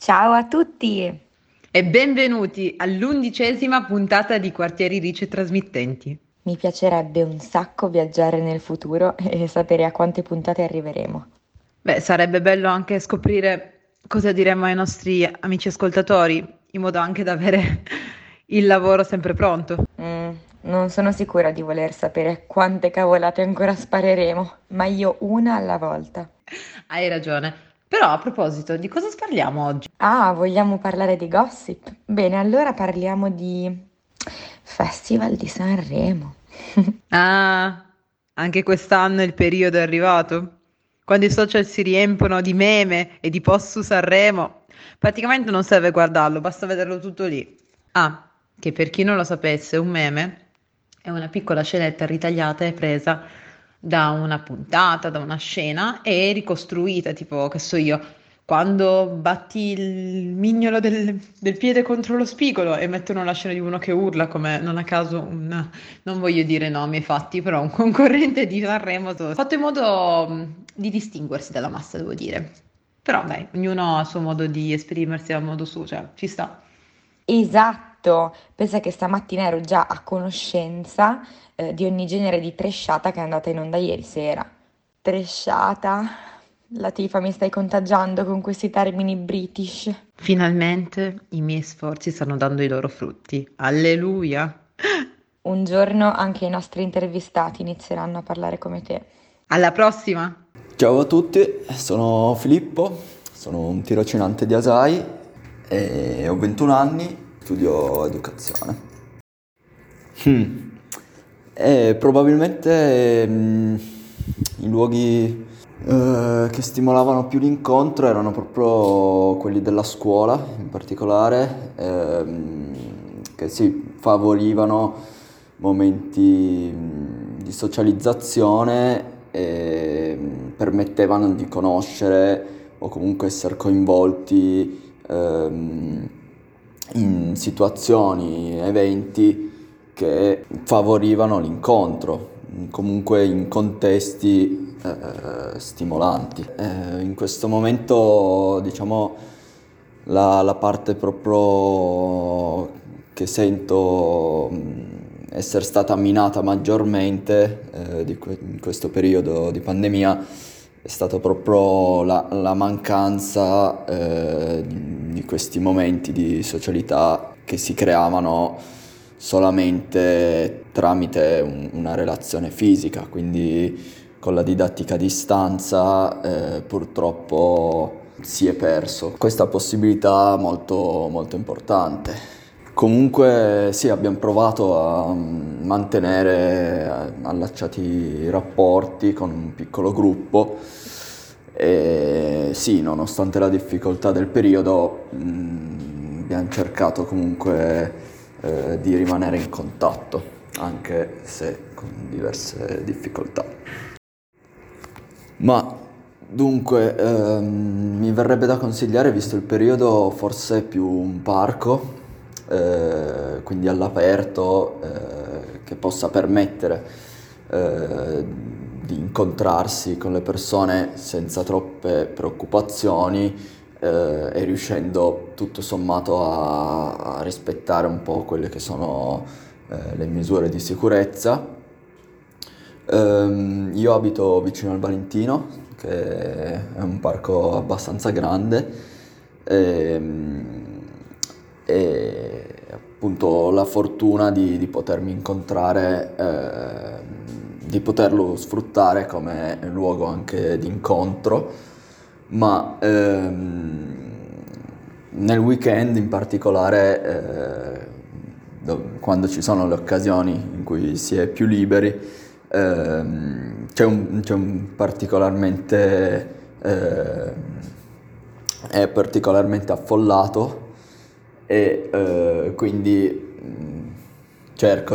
Ciao a tutti! E benvenuti all'11ª puntata di Quartieri Rice Trasmittenti. Mi piacerebbe un sacco viaggiare nel futuro e sapere a quante puntate arriveremo. Beh, sarebbe bello anche scoprire cosa diremo ai nostri amici ascoltatori, in modo anche da avere il lavoro sempre pronto. Mm, non sono sicura di voler sapere quante cavolate ancora spareremo, ma io una alla volta. Hai ragione. Però a proposito, di cosa parliamo oggi? Ah, vogliamo parlare di gossip? Bene, allora parliamo di Festival di Sanremo. Ah, anche quest'anno il periodo è arrivato. Quando i social si riempiono di meme e di post su Sanremo, praticamente non serve guardarlo, basta vederlo tutto lì. Ah, che per chi non lo sapesse, un meme è una piccola scenetta ritagliata e presa da una puntata, da una scena e ricostruita, tipo, che so io, quando batti il mignolo del piede contro lo spigolo e mettono la scena di uno che urla come non a caso non voglio dire nomi e fatti, però un concorrente di Sanremo ha fatto in modo di distinguersi dalla massa, devo dire. Però dai, ognuno ha il suo modo di esprimersi a modo suo, cioè ci sta. Esatto, pensa che stamattina ero già a conoscenza di ogni genere di tresciata che è andata in onda ieri sera. Tresciata? Latifa, mi stai contagiando con questi termini british. Finalmente i miei sforzi stanno dando i loro frutti. Alleluia! Un giorno anche i nostri intervistati inizieranno a parlare come te. Alla prossima! Ciao a tutti, sono Filippo, sono un tirocinante di Asai e ho 21 anni, studio educazione. E probabilmente i luoghi che stimolavano più l'incontro erano proprio quelli della scuola, in particolare, che sì, favorivano momenti di socializzazione e permettevano di conoscere o comunque essere coinvolti in situazioni, eventi che favorivano l'incontro, comunque in contesti stimolanti. In questo momento, diciamo, la parte proprio che sento essere stata minata maggiormente in questo periodo di pandemia è stata proprio la mancanza di questi momenti di socialità che si creavano solamente tramite una relazione fisica, quindi con la didattica a distanza purtroppo si è perso questa possibilità molto, molto importante. Comunque sì, abbiamo provato a mantenere allacciati i rapporti con un piccolo gruppo e sì, nonostante la difficoltà del periodo, abbiamo cercato comunque di rimanere in contatto, anche se con diverse difficoltà. Ma dunque, mi verrebbe da consigliare, visto il periodo, forse più un parco, quindi all'aperto, che possa permettere di incontrarsi con le persone senza troppe preoccupazioni e riuscendo tutto sommato a rispettare un po' quelle che sono le misure di sicurezza. Io abito vicino al Valentino, che è un parco abbastanza grande, ehm, e, appunto ho la fortuna di potermi incontrare, di poterlo sfruttare come luogo anche di incontro, ma nel weekend in particolare, quando ci sono le occasioni in cui si è più liberi, c'è un particolarmente è particolarmente affollato e quindi cerco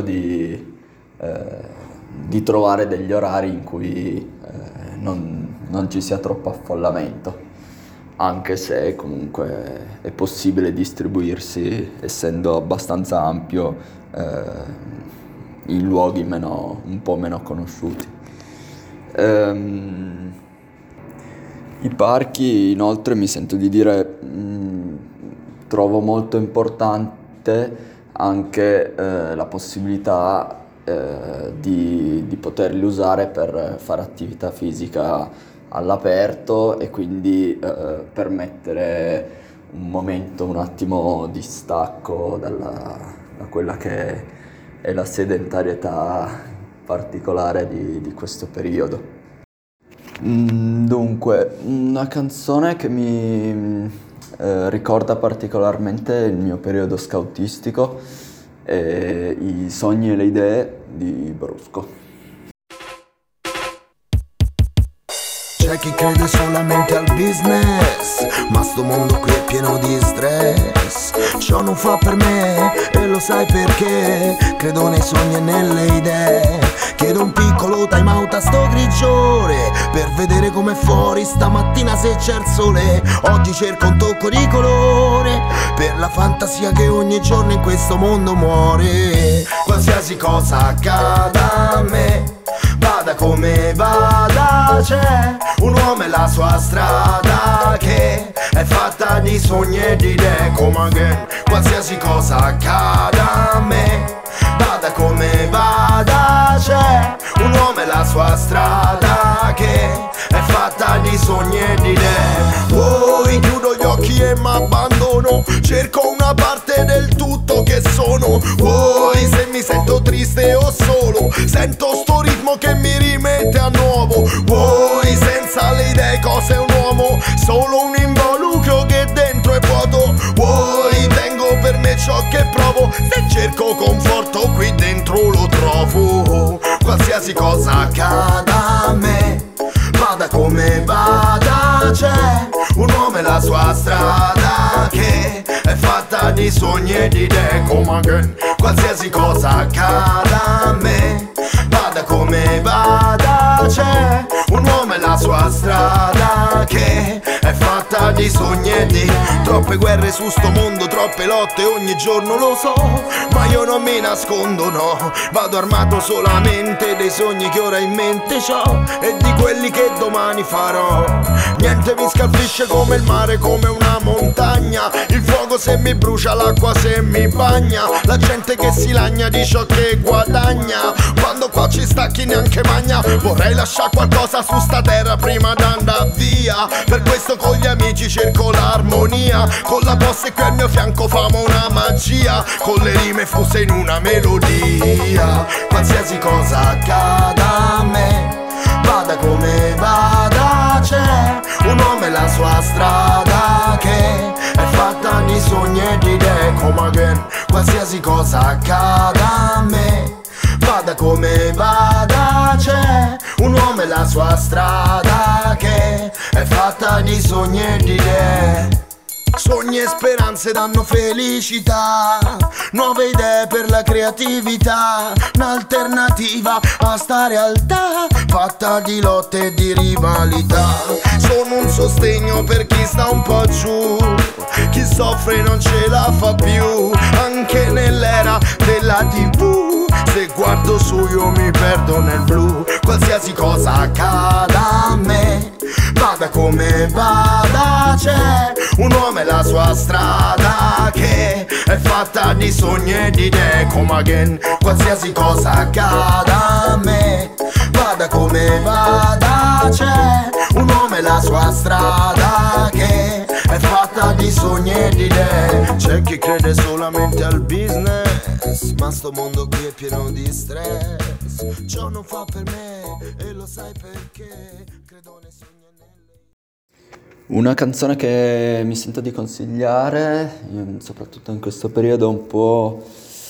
di trovare degli orari in cui non ci sia troppo affollamento, anche se comunque è possibile distribuirsi, essendo abbastanza ampio, in luoghi un po' meno conosciuti. I parchi, inoltre, mi sento di dire, trovo molto importante anche la possibilità di poterli usare per fare attività fisica all'aperto e quindi permettere un momento, un attimo di stacco da quella che è la sedentarietà particolare di questo periodo. Dunque, una canzone che mi ricorda particolarmente il mio periodo scoutistico è I sogni e le idee di Brusco. C'è chi crede solamente al business, ma sto mondo qui è pieno di stress. Ciò non fa per me e lo sai perché. Credo nei sogni e nelle idee. Chiedo un piccolo time out a sto grigiore per vedere com'è fuori stamattina se c'è il sole. Oggi cerco un tocco di colore per la fantasia che ogni giorno in questo mondo muore. Qualsiasi cosa accada a me, vada come vada, c'è un uomo e la sua strada che è fatta di sogni e di idee. Come again, qualsiasi cosa accada a me, vada come vada, c'è un uomo e la sua strada che è fatta di sogni e di idee. Poi chiudo gli occhi e m'abbandono, cerco una parte del tutto che sono. Poi se mi sento triste o solo, sento sto ritmo che mi rimette a nuovo. Poi senza le idee cosa è un uomo? Solo un involucro che dentro è vuoto. Poi tengo per me ciò che provo, se cerco conforto qui dentro lo trovo. Qualsiasi cosa accada a me, vada come vada, c'è un uomo e la sua strada che è fatta di sogni e di idee. Come again, qualsiasi cosa accada a me, vada come vada, c'è un uomo e la sua strada che è fatta di sogni e di troppe guerre su sto mondo, troppe lotte ogni giorno, lo so, ma io non mi nascondo, no. Vado armato solamente dei sogni che ora in mente c'ho e di quelli che domani farò. Niente mi scalfisce come il mare, come una montagna, il fuoco se mi brucia, l'acqua se mi bagna, la gente che si lagna di ciò che guadagna. Quando qua ci sta chi neanche magna, vorrei lasciare qualcosa su sta terra prima d'andar via. Per questo con gli amici cerco l'armonia, con la bossa e qui al mio fianco famo una magia, con le rime fuse in una melodia. Qualsiasi cosa accada a me, vada come vada, c'è un uomo e la sua strada che è fatta di sogni e di idee. Come again, qualsiasi cosa accada a me, vada come vada, c'è un uomo e la sua strada che è fatta di sogni e di idee. Sogni e speranze danno felicità, nuove idee per la creatività, un'alternativa a sta realtà fatta di lotte e di rivalità. Sono un sostegno per chi sta un po' giù, chi soffre non ce la fa più, anche nell'era della TV. Se guardo su io mi perdo nel blu. Qualsiasi cosa accada a me, vada come vada, c'è un uomo e la sua strada che è fatta di sogni e di idee. Come again, qualsiasi cosa accada a me, vada come vada, c'è un uomo e la sua strada che è fatta di sogni e di idee. C'è chi crede solamente al business, ma sto mondo qui è pieno di stress. Ciò non fa per me e lo sai perché. Credo nei sogni e nelle... Una canzone che mi sento di consigliare, soprattutto in questo periodo un po'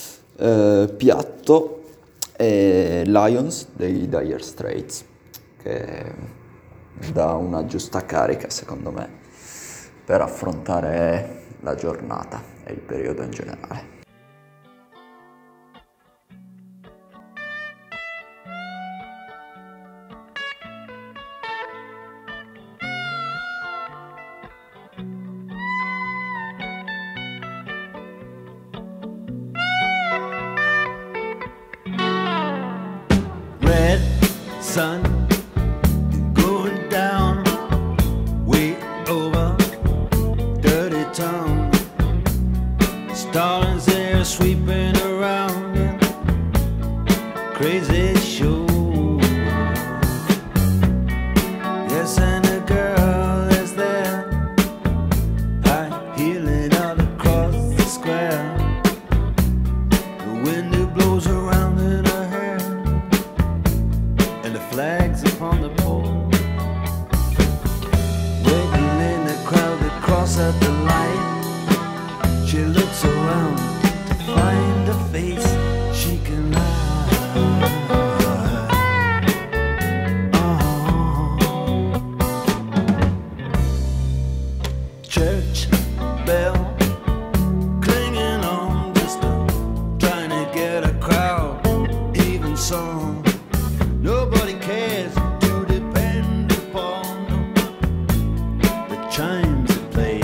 piatto, è Lions dei Dire Straits, che dà una giusta carica secondo me per affrontare la giornata e il periodo in generale. Red sun going down way over dirty town. looks at the light. She looks around to find a face she can hide. Church bell clinging on distant, trying to get a crowd, even song. Nobody cares to depend upon the chimes that play.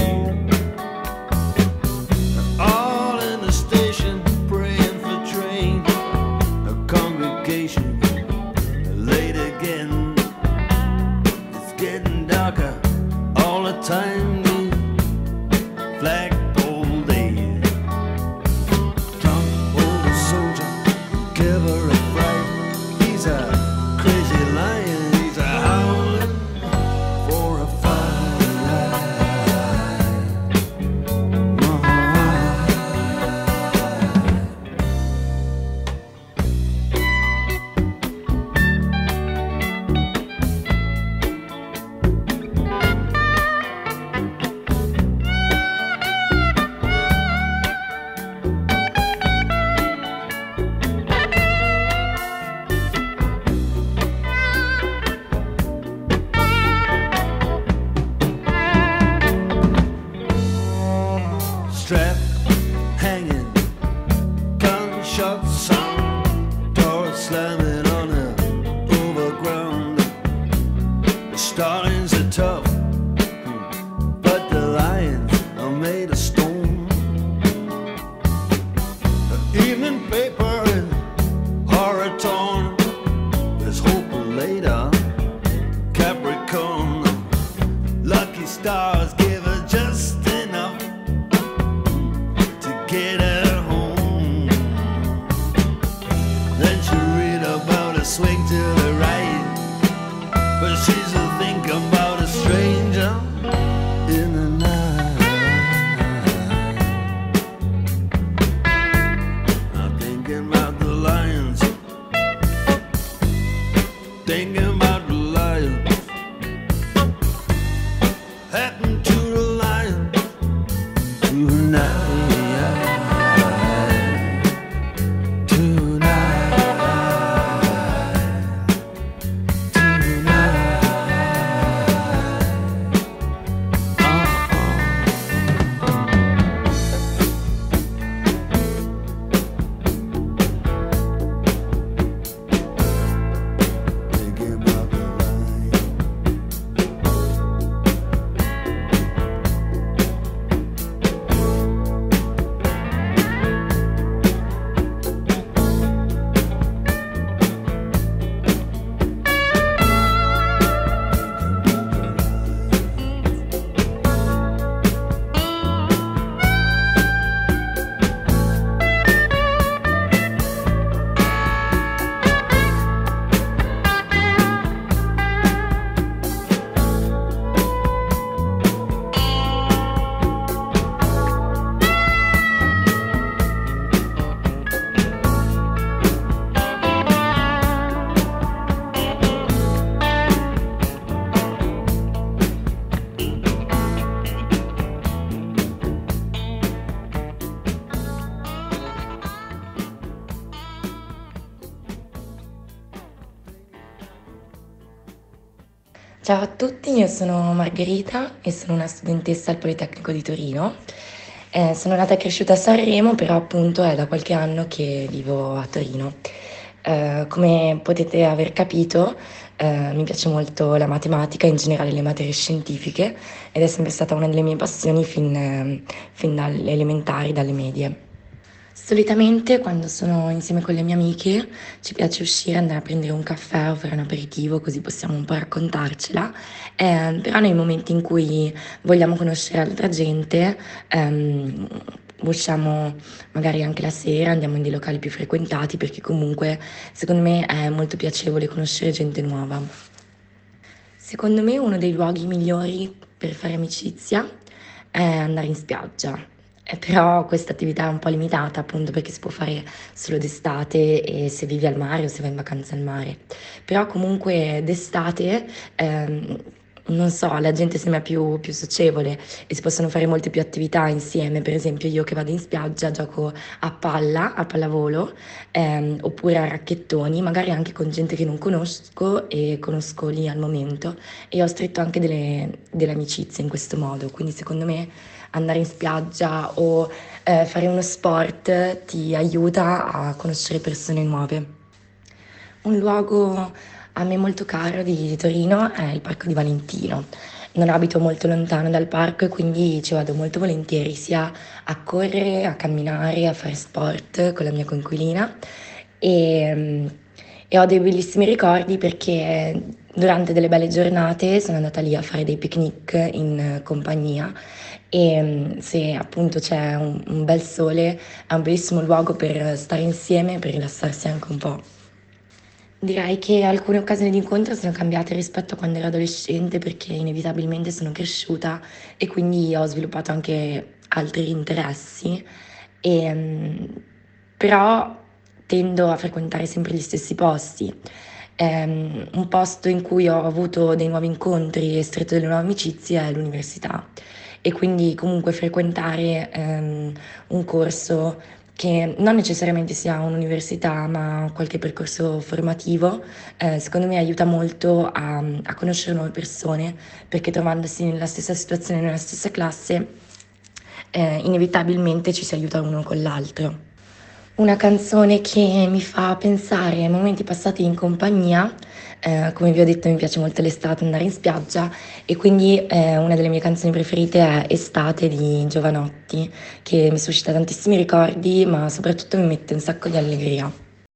All in the station praying for train, a congregation late again. It's getting darker all the time. Flagpole day. Drunk old soldier, give her a fright. He's a crazy lion, he's a howling for a fight. Strap hanging, gunshot sound, door slamming on the overground. The starlings are tough, but the lions are made of stone. The evening paper is horror torn. There's hope later, Capricorn. Lucky stars give her just enough to get her home. Then she read about a swing to the right, but she's a think about a stranger in the night. I'm thinking about the lions, thinking about the lions. Happened to the lions tonight. Ciao a tutti, io sono Margherita e sono una studentessa al Politecnico di Torino. Sono nata e cresciuta a Sanremo, però appunto è da qualche anno che vivo a Torino. Come potete aver capito, mi piace molto la matematica, in generale le materie scientifiche, ed è sempre stata una delle mie passioni fin dalle elementari, dalle medie. Solitamente quando sono insieme con le mie amiche ci piace uscire, andare a prendere un caffè o fare un aperitivo, così possiamo un po' raccontarcela, però nei momenti in cui vogliamo conoscere altra gente, usciamo magari anche la sera, andiamo in dei locali più frequentati, perché comunque secondo me è molto piacevole conoscere gente nuova. Secondo me uno dei luoghi migliori per fare amicizia è andare in spiaggia. Però questa attività è un po' limitata, appunto perché si può fare solo d'estate e se vivi al mare o se vai in vacanza al mare. Però comunque d'estate non so, la gente sembra più socievole e si possono fare molte più attività insieme. Per esempio, io che vado in spiaggia gioco a pallavolo, oppure a racchettoni, magari anche con gente che non conosco e conosco lì al momento. E ho stretto anche delle amicizie in questo modo. Quindi, secondo me, andare in spiaggia o fare uno sport ti aiuta a conoscere persone nuove. Un luogo a me molto caro di Torino è il Parco di Valentino. Non abito molto lontano dal parco e quindi ci vado molto volentieri sia a correre, a camminare, a fare sport con la mia coinquilina e ho dei bellissimi ricordi perché durante delle belle giornate sono andata lì a fare dei picnic in compagnia e se appunto c'è un bel sole è un bellissimo luogo per stare insieme e per rilassarsi anche un po'. Direi che alcune occasioni di incontro sono cambiate rispetto a quando ero adolescente perché inevitabilmente sono cresciuta e quindi ho sviluppato anche altri interessi, però tendo a frequentare sempre gli stessi posti. Un posto in cui ho avuto dei nuovi incontri e stretto delle nuove amicizie è l'università e quindi comunque frequentare un corso che non necessariamente sia un'università, ma qualche percorso formativo, secondo me aiuta molto a conoscere nuove persone, perché trovandosi nella stessa situazione, nella stessa classe, inevitabilmente ci si aiuta uno con l'altro. Una canzone che mi fa pensare ai momenti passati in compagnia, come vi ho detto mi piace molto l'estate, andare in spiaggia e quindi una delle mie canzoni preferite è Estate di Giovanotti, che mi suscita tantissimi ricordi ma soprattutto mi mette un sacco di allegria.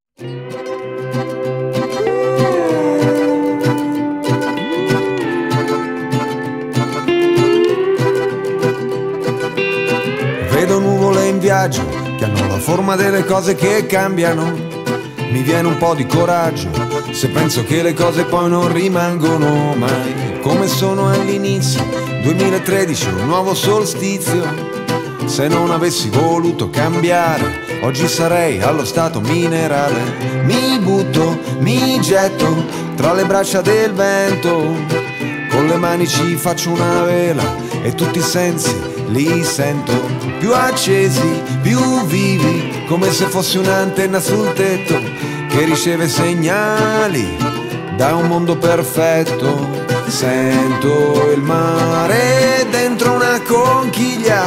Vedo nuvole in viaggio che hanno la forma delle cose che cambiano. Mi viene un po' di coraggio se penso che le cose poi non rimangono mai come sono all'inizio. 2013, un nuovo solstizio. Se non avessi voluto cambiare, oggi sarei allo stato minerale. Mi butto, mi getto tra le braccia del vento. Con le mani ci faccio una vela e tutti i sensi li sento più accesi, più vivi, come se fossi un'antenna sul tetto che riceve segnali da un mondo perfetto. Sento il mare dentro una conchiglia,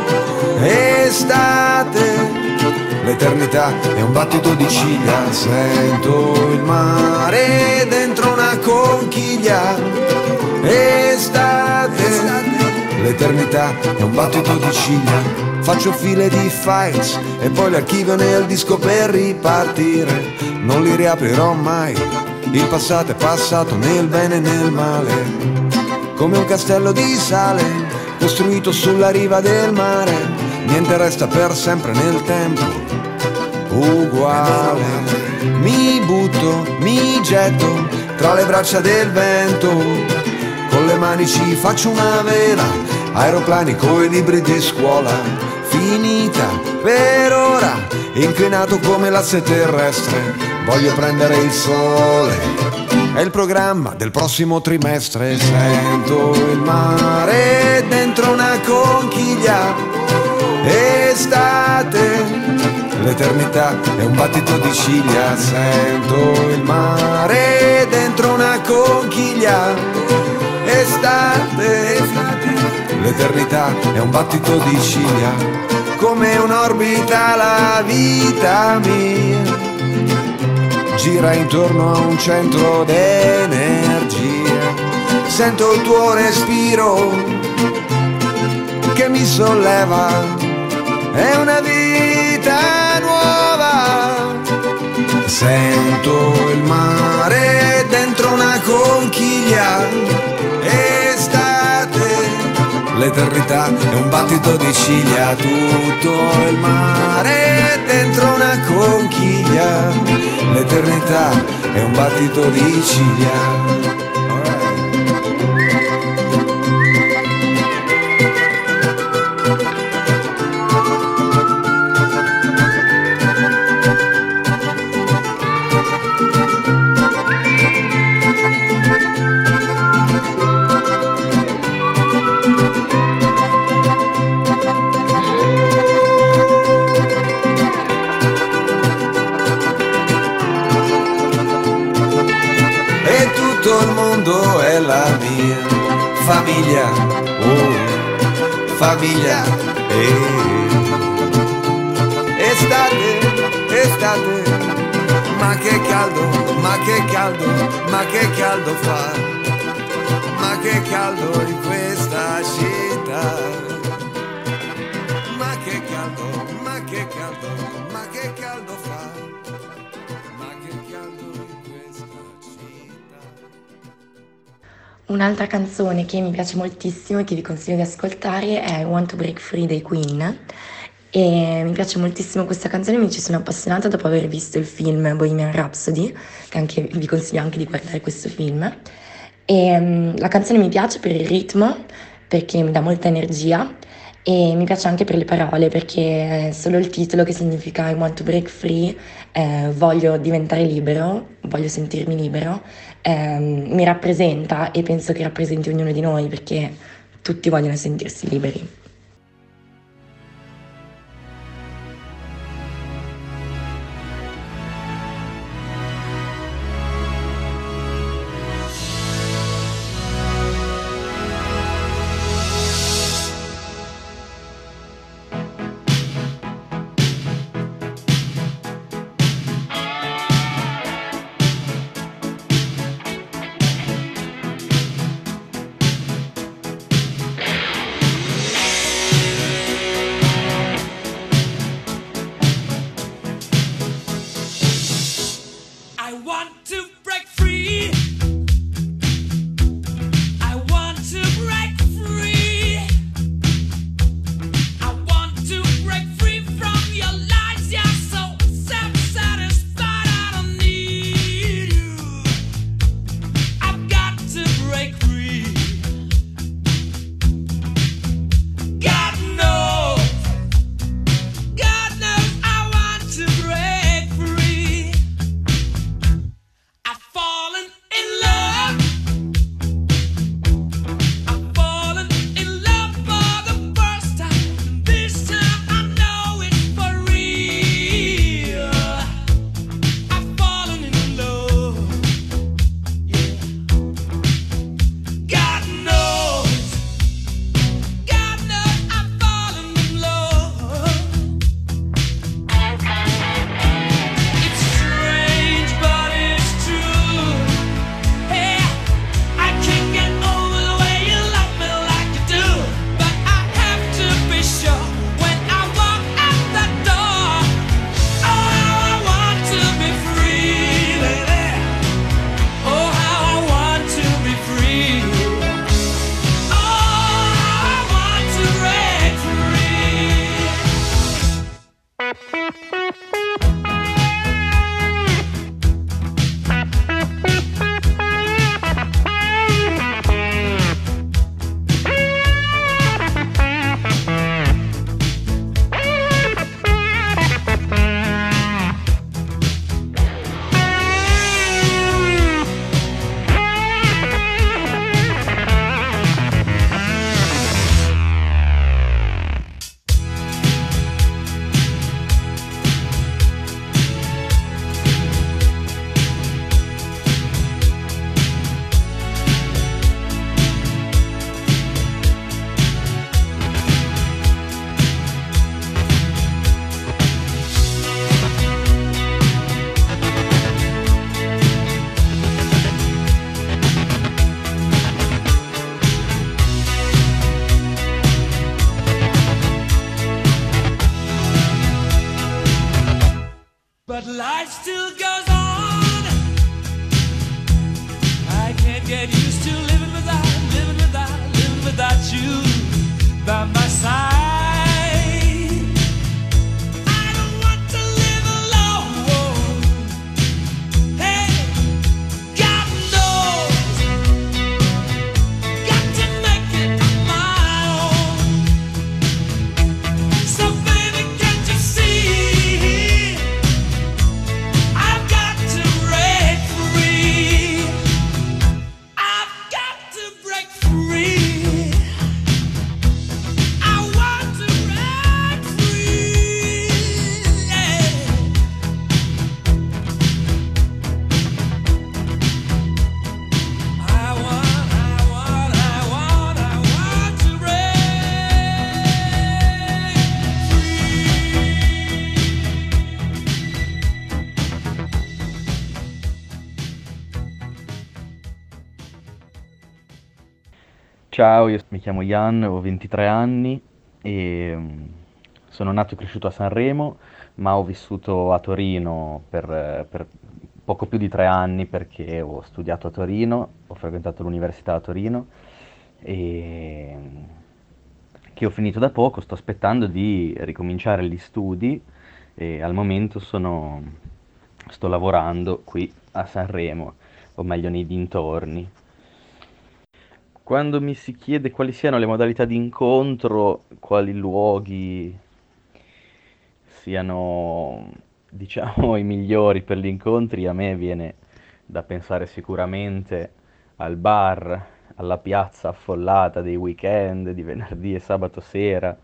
estate, l'eternità è un battito di ciglia. Sento il mare dentro una conchiglia, estate, l'eternità è un battito di ciglia. Faccio file di files e poi le archivio nel disco per ripartire. Non li riaprirò mai, il passato è passato nel bene e nel male. Come un castello di sale costruito sulla riva del mare. Niente resta per sempre nel tempo, uguale. Mi butto, mi getto tra le braccia del vento. Con le mani ci faccio una vela, aeroplani coi libri di scuola. Finita per ora, inclinato come l'asse terrestre. Voglio prendere il sole, è il programma del prossimo trimestre. Sento il mare dentro una conchiglia, estate, l'eternità è un battito di ciglia. Sento il mare dentro una conchiglia, estate, l'eternità è un battito di ciglia. Come un'orbita la vita mia gira intorno a un centro d'energia. Sento il tuo respiro che mi solleva, è una vita nuova. Sento il mare dentro una conchiglia, estate, l'eternità è un battito di ciglia. Tutto il mare dentro una conchiglia, l'eternità è un battito di ciglia. famiglia, oh, famiglia, estate, estate, ma che caldo, ma che caldo, ma che caldo fa, ma che caldo in questa città. Ma che caldo, ma che caldo, ma che caldo fa, ma che caldo in questa città. Un'altra canzone che mi piace moltissimo e che vi consiglio di ascoltare è I Want to Break Free dei Queen. E mi piace moltissimo questa canzone, mi ci sono appassionata dopo aver visto il film Bohemian Rhapsody, che vi consiglio anche di guardare questo film. La canzone mi piace per il ritmo, perché mi dà molta energia, e mi piace anche per le parole, perché solo il titolo, che significa I want to break free, voglio diventare libero, voglio sentirmi libero, mi rappresenta, e penso che rappresenti ognuno di noi, perché tutti vogliono sentirsi liberi. Ciao, io mi chiamo Jan, ho 23 anni e sono nato e cresciuto a Sanremo, ma ho vissuto a Torino per poco più di 3 anni perché ho studiato a Torino, ho frequentato l'università a Torino e che ho finito da poco, sto aspettando di ricominciare gli studi e al momento sto lavorando qui a Sanremo, o meglio nei dintorni. Quando mi si chiede quali siano le modalità di incontro, quali luoghi siano, diciamo, i migliori per gli incontri, a me viene da pensare sicuramente al bar, alla piazza affollata dei weekend, di venerdì e sabato sera,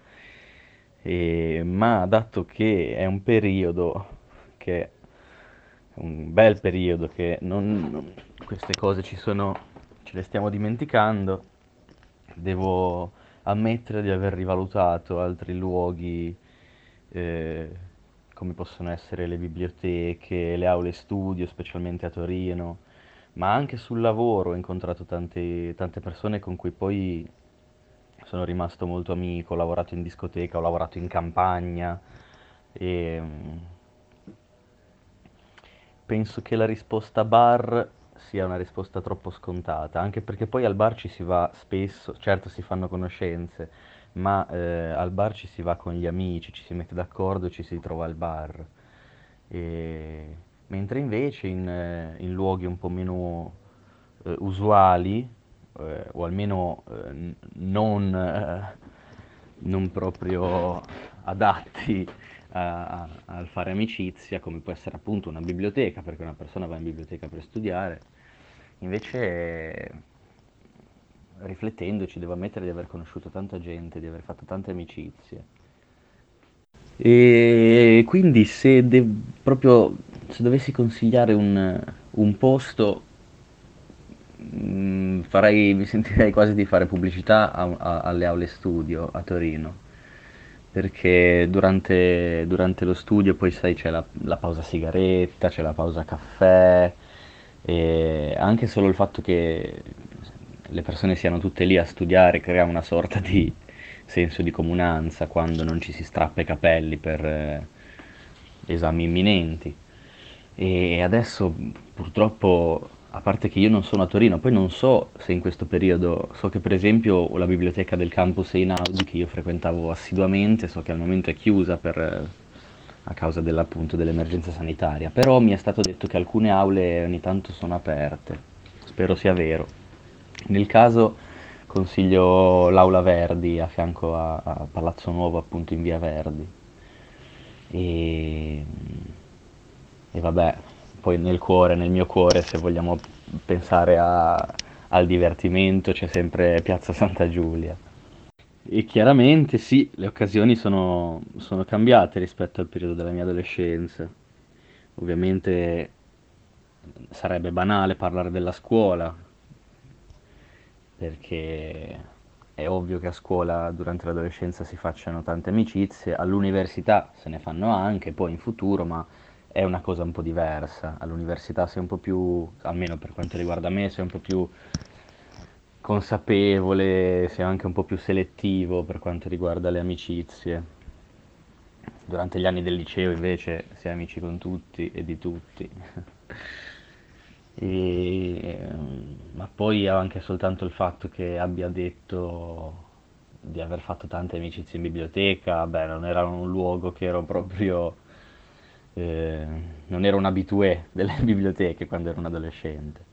ma dato che è un periodo che un bel periodo che queste cose ce le stiamo dimenticando, devo ammettere di aver rivalutato altri luoghi, eh, come possono essere le biblioteche, le aule studio, specialmente a Torino, ma anche sul lavoro ho incontrato tante persone con cui poi sono rimasto molto amico, ho lavorato in discoteca, ho lavorato in campagna e penso che la risposta bar sia una risposta troppo scontata, anche perché poi al bar ci si va spesso, certo si fanno conoscenze, ma al bar ci si va con gli amici, ci si mette d'accordo e ci si trova al bar. E- Mentre invece in luoghi un po' meno usuali, o almeno non proprio adatti al fare amicizia, come può essere appunto una biblioteca, perché una persona va in biblioteca per studiare, invece riflettendoci devo ammettere di aver conosciuto tanta gente, di aver fatto tante amicizie. E quindi proprio se dovessi consigliare un posto, mi sentirei quasi di fare pubblicità alle aule studio a Torino, perché durante lo studio poi sai c'è la pausa sigaretta, c'è la pausa caffè, e anche solo il fatto che le persone siano tutte lì a studiare crea una sorta di senso di comunanza quando non ci si strappa i capelli per esami imminenti. E adesso purtroppo, a parte che io non sono a Torino, poi non so se in questo periodo, so che per esempio la biblioteca del campus Einaudi che io frequentavo assiduamente, so che al momento è chiusa a causa appunto dell'emergenza sanitaria, però mi è stato detto che alcune aule ogni tanto sono aperte, spero sia vero. Nel caso consiglio l'Aula Verdi a fianco a Palazzo Nuovo, appunto in via Verdi. E, e vabbè, poi nel mio cuore, se vogliamo pensare al divertimento, c'è sempre Piazza Santa Giulia. E chiaramente sì, le occasioni sono cambiate rispetto al periodo della mia adolescenza. Ovviamente sarebbe banale parlare della scuola, perché è ovvio che a scuola durante l'adolescenza si facciano tante amicizie, all'università se ne fanno anche, poi in futuro, ma è una cosa un po' diversa. All'università sei un po' più, almeno per quanto riguarda me, sei un po' più consapevole, sei anche un po' più selettivo per quanto riguarda le amicizie. Durante gli anni del liceo invece si è amici con tutti e di tutti. Ma poi anche soltanto il fatto che abbia detto di aver fatto tante amicizie in biblioteca, beh, non era un luogo che ero proprio, eh, non ero un habitué delle biblioteche quando ero un adolescente.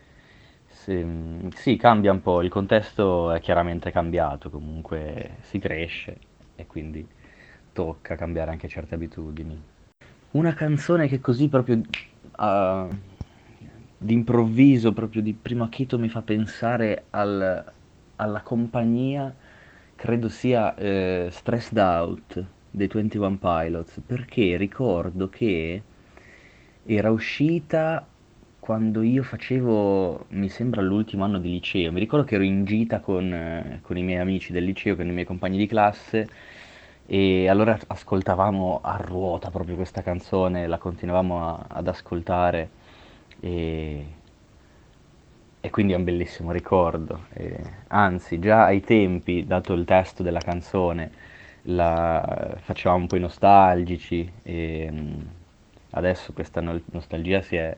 Sì, cambia un po', il contesto è chiaramente cambiato, comunque si cresce e quindi tocca cambiare anche certe abitudini. Una canzone che così proprio ah, d'improvviso, proprio di primo acchito mi fa pensare alla compagnia, credo sia Stressed Out dei 21 Pilots, perché ricordo che era uscita quando io facevo, mi sembra, l'ultimo anno di liceo. Mi ricordo che ero in gita con i miei amici del liceo, con i miei compagni di classe, e allora ascoltavamo a ruota proprio questa canzone, la continuavamo ad ascoltare e, e quindi è un bellissimo ricordo. Anzi, già ai tempi, dato il testo della canzone, la facevamo un po' i nostalgici e adesso questa nostalgia si è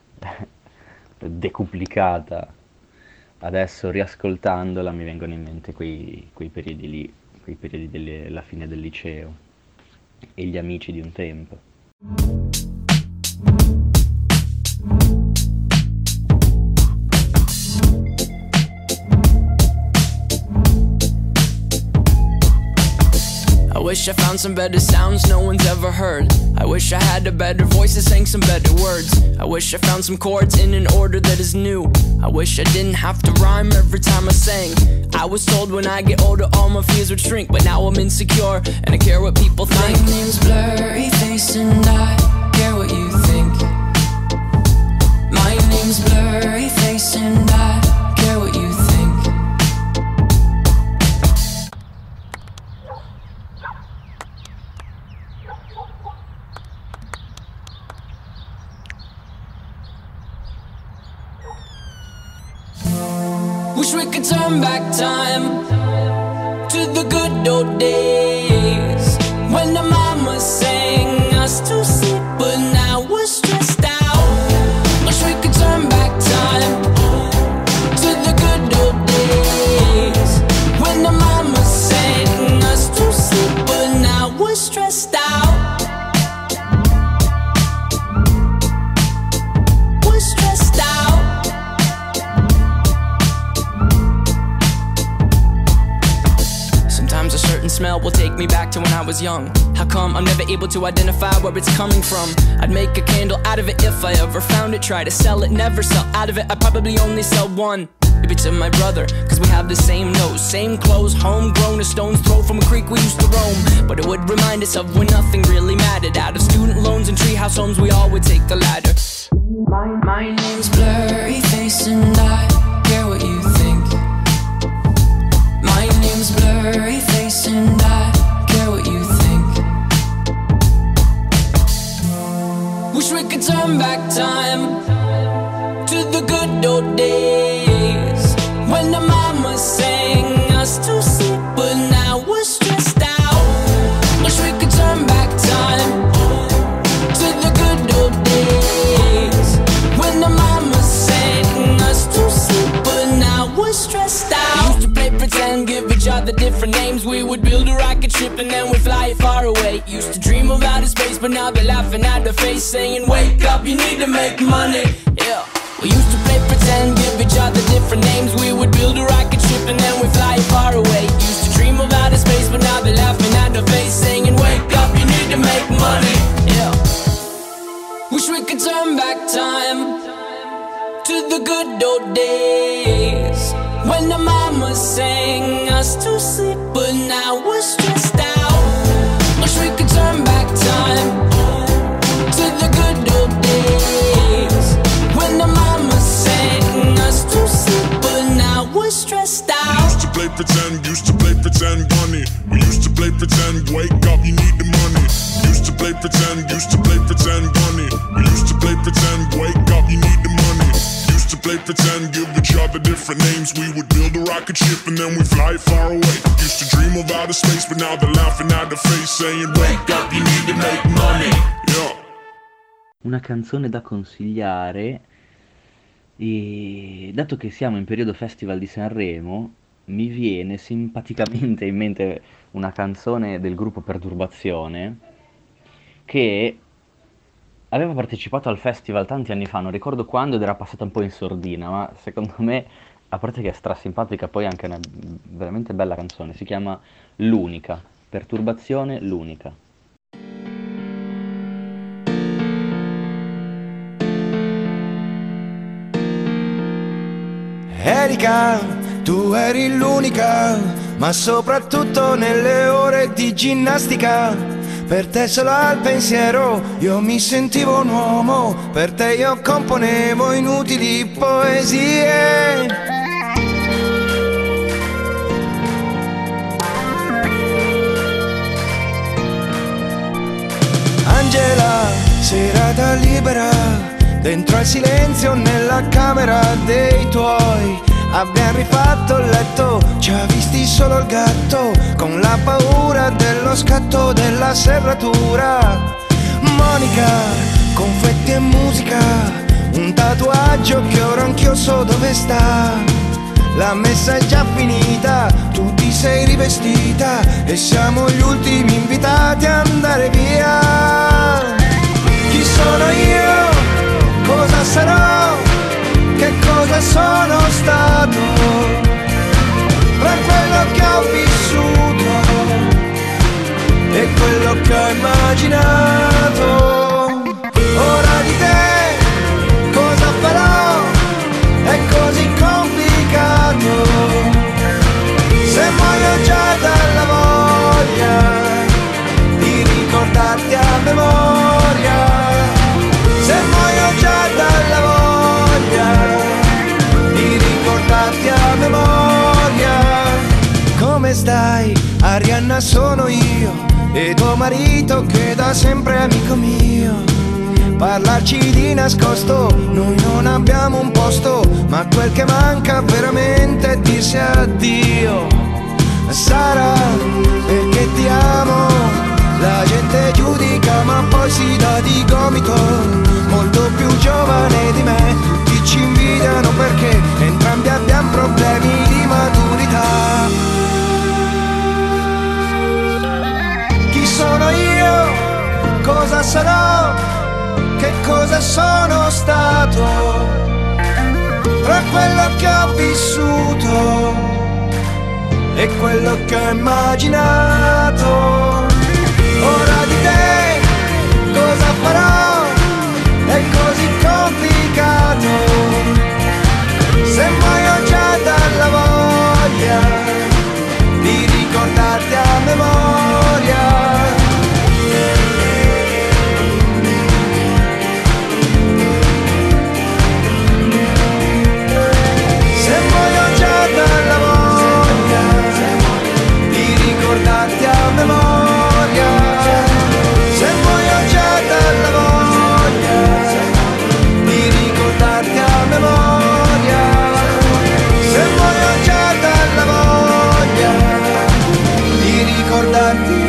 decuplicata. Adesso riascoltandola mi vengono in mente quei periodi lì, quei periodi della fine del liceo e gli amici di un tempo. I wish I found some better sounds no one's ever heard. I wish I had a better voice that sang some better words. I wish I found some chords in an order that is new. I wish I didn't have to rhyme every time I sang. I was told when I get older all my fears would shrink, but now I'm insecure and I care what people think. My name's Blurry Face and I care what you think. My name's Blurry Face and I care what you think. Wish we could turn back time to the good old days when the mama sang us to sleep, but now we're stressed out. Wish we could turn back time to the good old days when the mama sang us to sleep, but now we're stressed out. We're stressed out. Sometimes a certain smell will take me back to when I was young. How come I'm never able to identify where it's coming from? I'd make a candle out of it if I ever found it. Try to sell it, never sell out of it. I'd probably only sell one. Maybe to my brother, cause we have the same nose, same clothes, homegrown, a stone's throw from a creek we used to roam. But it would remind us of when nothing really mattered. Out of student loans and treehouse homes, we all would take the ladder. My name's Blurry Face and I care what you think. My name's Blurry Face and I care what you think. Wish we could turn back time to the good old days when the mama sang us to sleep, but now we're stressed out. Wish we could turn back time to the good old days when the mama sang us to sleep, but now we're stressed out. We used to play pretend, give each other different names. We would build a rocket ship and then we'd fly it far away. Used to dream of outer space, but now they're laughing at the face, saying wake up, you need to make money. Yeah. We used to play pretend, give each other different names. We would build a rocket ship and then we'd fly it far away. Used to dream of outer space, but now they're laughing at the face, saying wake up, you need to make money. Yeah. Wish we could turn back time to the good old days when the mama sang us to sleep, but now we're stressed out. Wish we could turn back time to the good old days when the mama sang us to sleep, but now we're stressed out. Used to play pretend bunny. We used to play pretend, wake up, you need the money. Used to play pretend bunny. We used to play pretend, wake up, you need the money. Used to play pretend, give each other different names. We would build a rocket ship and then we fly it far away. Used to dream of outer space, but now they're laughing at the face, saying wake up, you need to make money. Yeah. Una canzone da consigliare, e dato che siamo in periodo Festival di Sanremo, mi viene simpaticamente in mente una canzone del gruppo Perturbazione che aveva partecipato al festival tanti anni fa, non ricordo quando, ed era passata un po' in sordina, ma secondo me, a parte che è strasimpatica, poi è anche una veramente bella canzone. Si chiama L'Unica, Perturbazione L'Unica. Erika, tu eri l'unica, ma soprattutto nelle ore di ginnastica. Per te solo al pensiero io mi sentivo un uomo, per te io componevo inutili poesie. Angela, serata libera dentro al silenzio nella camera dei tuoi. Abbiamo rifatto il letto, ci ha visti solo il gatto, con la paura dello scatto della serratura. Monica, confetti e musica, un tatuaggio che ora anch'io so dove sta. La messa è già finita, tu ti sei rivestita e siamo gli ultimi invitati a andare via. Chi sono io? Cosa sarò? Che cosa sono stato? Tra quello che ho vissuto e quello che ho immaginato. Ora di te cosa farò? È così complicato. Se muoio già dalla voglia di ricordarti a memoria. Se muoio già dalla voglia di ricordarti a memoria. Come stai? Arianna sono io e tuo marito che da sempre è amico mio. Parlarci di nascosto, noi non abbiamo un posto, ma quel che manca veramente è dirsi addio. Sarà perché ti amo, la gente giudica ma poi si dà di gomito. Molto più giovane di me, tutti ci invidiano perché entrambi abbiamo problemi di maturità. Chi sono io? Cosa sarò? Che cosa sono stato? Tra quello che ho vissuto e quello che ho immaginato. Ora di te cosa farò? È così complicato. Se muoio già dalla voglia di ricordarti a memoria. Ricordarti a memoria. Se muoio già dalla voglia di ricordarti a memoria. Se muoio già dalla voglia di ricordarti.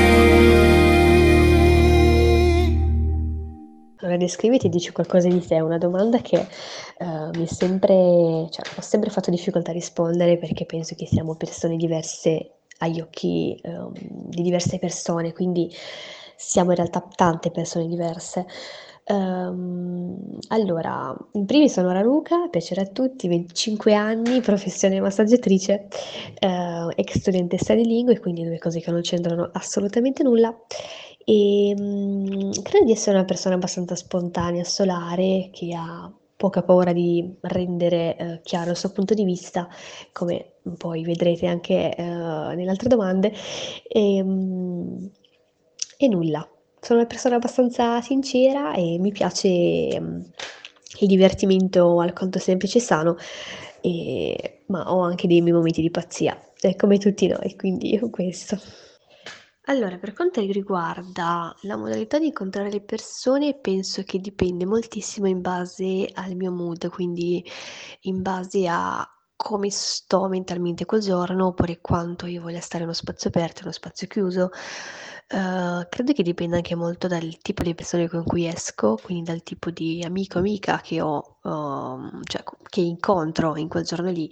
Allora, descriviti e dici qualcosa di te, è una domanda che mi è sempre, cioè, ho sempre fatto difficoltà a rispondere perché penso che siamo persone diverse agli occhi di diverse persone, quindi siamo in realtà tante persone diverse. Allora, in primis sono Raluca, piacere a tutti, 25 anni, professione massaggiatrice, ex studentessa di lingue, quindi due cose che non c'entrano assolutamente nulla. E credo di essere una persona abbastanza spontanea, solare, che ha poca paura di rendere chiaro il suo punto di vista, come poi vedrete anche nelle altre domande. E, e nulla, sono una persona abbastanza sincera e mi piace il divertimento alquanto semplice e sano, ma ho anche dei miei momenti di pazzia, come tutti noi, quindi questo. Allora, per quanto riguarda la modalità di incontrare le persone, penso che dipende moltissimo in base al mio mood, quindi in base a come sto mentalmente quel giorno, oppure quanto io voglia stare in uno spazio aperto, in uno spazio chiuso. Credo che dipenda anche molto dal tipo di persone con cui esco, quindi dal tipo di amico o amica che ho, cioè che incontro in quel giorno lì.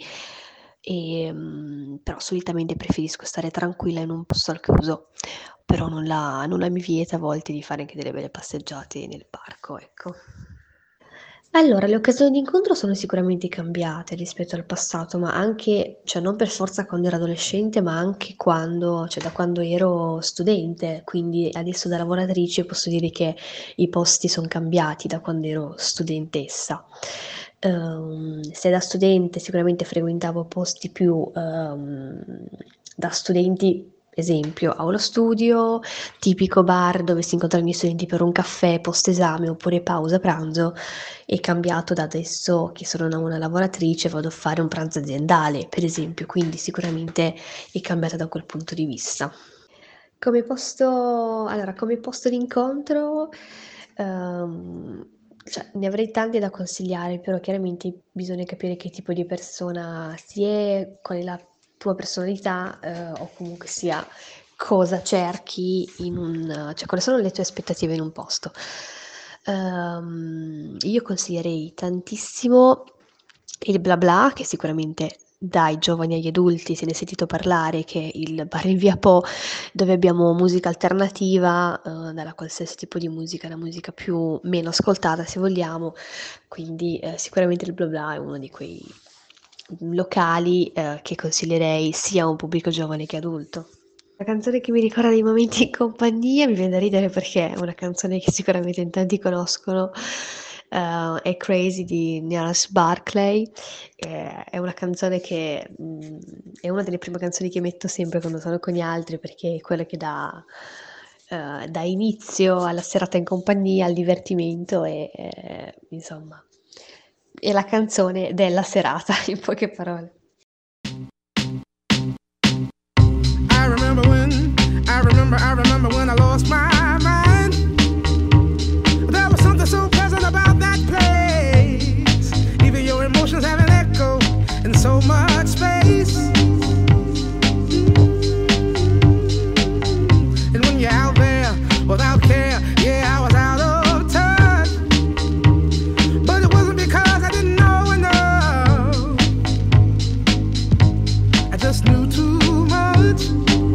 Però solitamente preferisco stare tranquilla in un posto al chiuso, però nulla mi vieta a volte di fare anche delle belle passeggiate nel parco, ecco. Allora, le occasioni di incontro sono sicuramente cambiate rispetto al passato, ma anche, cioè non per forza quando ero adolescente, ma anche quando, cioè da quando ero studente, quindi adesso da lavoratrice posso dire che i posti sono cambiati da quando ero studentessa. Se da studente sicuramente frequentavo posti più da studenti, esempio, aula studio, tipico bar dove si incontrano gli studenti per un caffè post esame oppure pausa pranzo, è cambiato da adesso che sono una lavoratrice, vado a fare un pranzo aziendale, per esempio, quindi sicuramente è cambiata da quel punto di vista. Come posto d'incontro, Cioè, ne avrei tanti da consigliare, però chiaramente bisogna capire che tipo di persona si è, qual è la tua personalità, o comunque sia cosa cerchi cioè quali sono le tue aspettative in un posto. Io consiglierei tantissimo il Bla Bla, che sicuramente dai giovani agli adulti se ne è sentito parlare, che è il bar in via Po dove abbiamo musica alternativa, dalla qualsiasi tipo di musica, la musica più meno ascoltata se vogliamo, quindi sicuramente il Bla Bla è uno di quei locali che consiglierei sia a un pubblico giovane che adulto. La canzone che mi ricorda dei momenti in compagnia mi viene da ridere perché è una canzone che sicuramente in tanti conoscono, è Crazy di Niles Barclay, è una canzone che è una delle prime canzoni che metto sempre quando sono con gli altri perché è quella che dà inizio alla serata in compagnia, al divertimento e insomma è la canzone della serata in poche parole. I remember when I lost my mind. There was something so pleasant about that place. Even your emotions have an echo in so much space. And when you're out there without care, yeah, I was out of touch. But it wasn't because I didn't know enough. I just knew too much.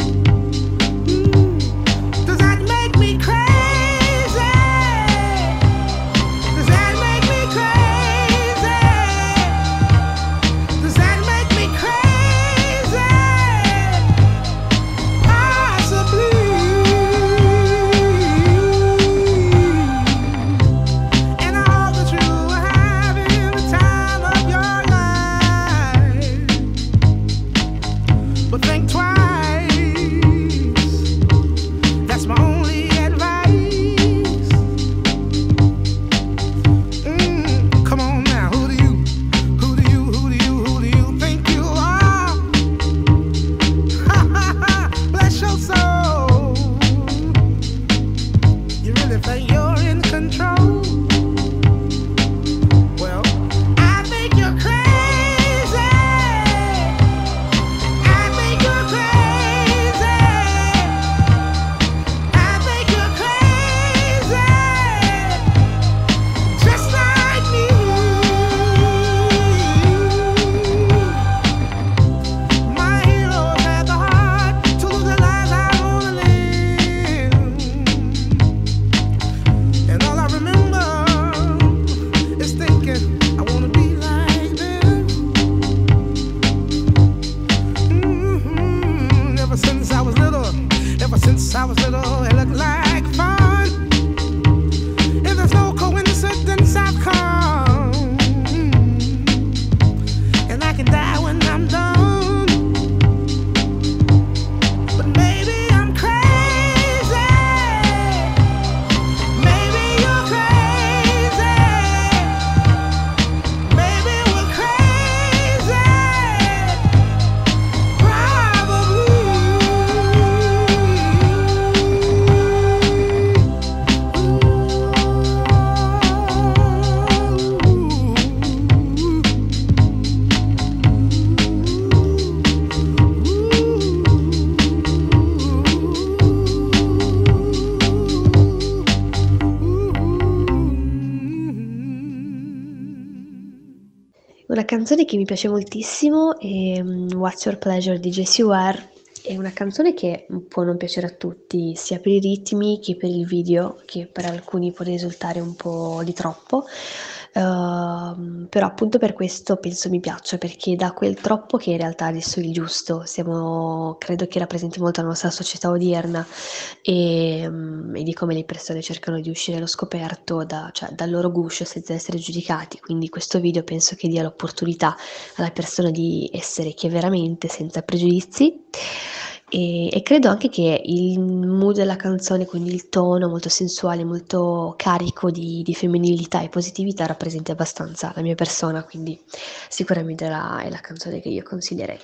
Una canzone che mi piace moltissimo è What's Your Pleasure di Jessie Ware. È una canzone che può non piacere a tutti, sia per i ritmi che per il video, che per alcuni può risultare un po' di troppo. Però appunto per questo penso mi piaccia, perché dà quel troppo che in realtà adesso è il giusto. Credo che rappresenti molto la nostra società odierna e di come le persone cercano di uscire allo scoperto dal loro guscio senza essere giudicati. Quindi questo video penso che dia l'opportunità alla persona di essere chi è veramente, senza pregiudizi. E credo anche che il mood della canzone, quindi il tono molto sensuale, molto carico di femminilità e positività, rappresenti abbastanza la mia persona, quindi sicuramente è la canzone che io consiglierei.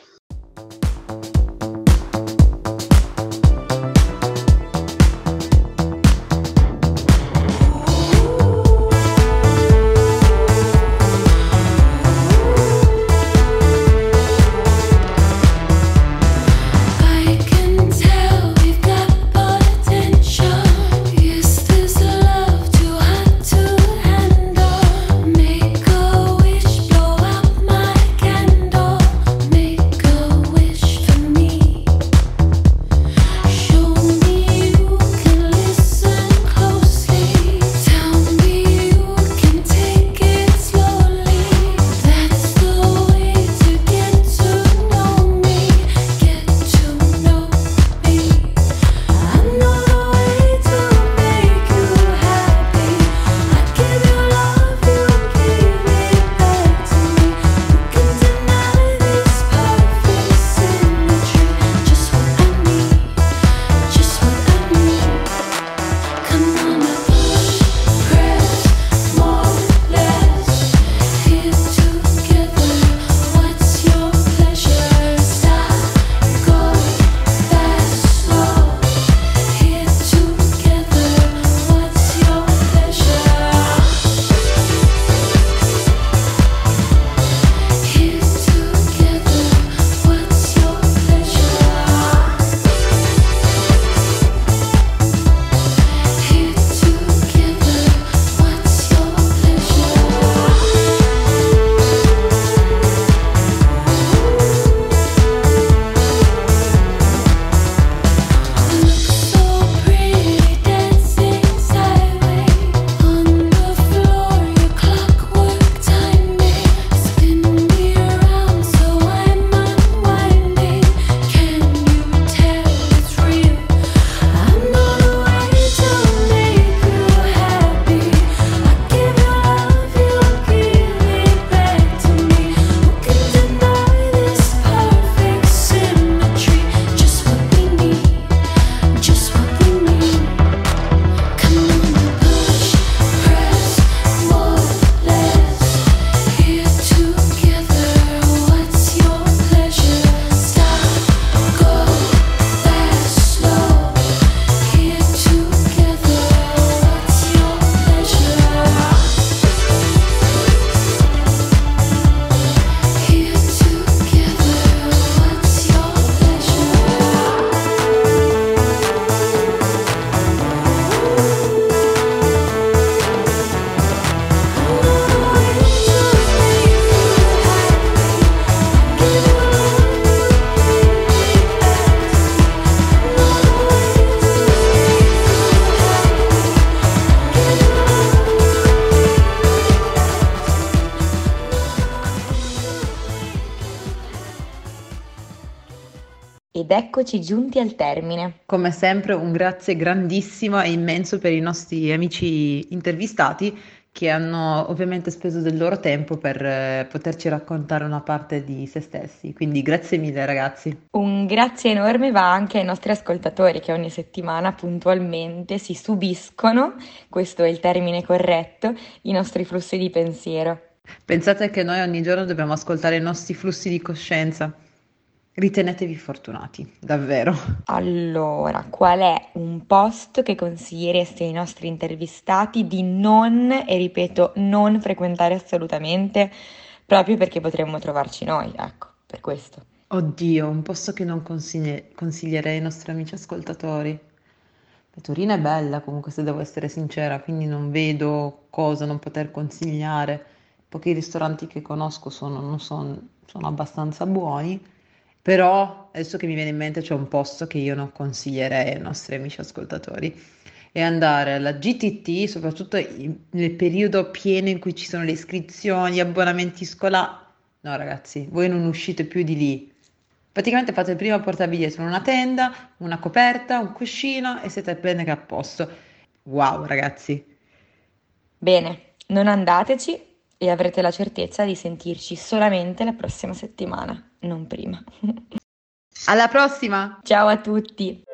eccoci giunti al termine. Come sempre un grazie grandissimo e immenso per i nostri amici intervistati che hanno ovviamente speso del loro tempo per poterci raccontare una parte di se stessi. Quindi grazie mille ragazzi. Un grazie enorme va anche ai nostri ascoltatori che ogni settimana puntualmente si subiscono, questo è il termine corretto, i nostri flussi di pensiero. Pensate che noi ogni giorno dobbiamo ascoltare i nostri flussi di coscienza. Ritenetevi fortunati, davvero. Allora, qual è un post che consiglieresti ai nostri intervistati di non, e ripeto, non frequentare assolutamente, proprio perché potremmo trovarci noi, ecco, per questo. Oddio, un posto che non consiglierei ai nostri amici ascoltatori. Torino è bella comunque, se devo essere sincera, quindi non vedo cosa non poter consigliare. Pochi ristoranti che conosco sono abbastanza buoni, però adesso che mi viene in mente c'è un posto che io non consiglierei ai nostri amici ascoltatori. E andare alla GTT, soprattutto nel periodo pieno in cui ci sono le iscrizioni, gli abbonamenti scolastici. No ragazzi, voi non uscite più di lì. Praticamente fate prima portarvi dietro una tenda, una coperta, un cuscino e siete bene che a posto. Wow ragazzi. Bene, non andateci e avrete la certezza di sentirci solamente la prossima settimana, non prima. Alla prossima! Ciao a tutti!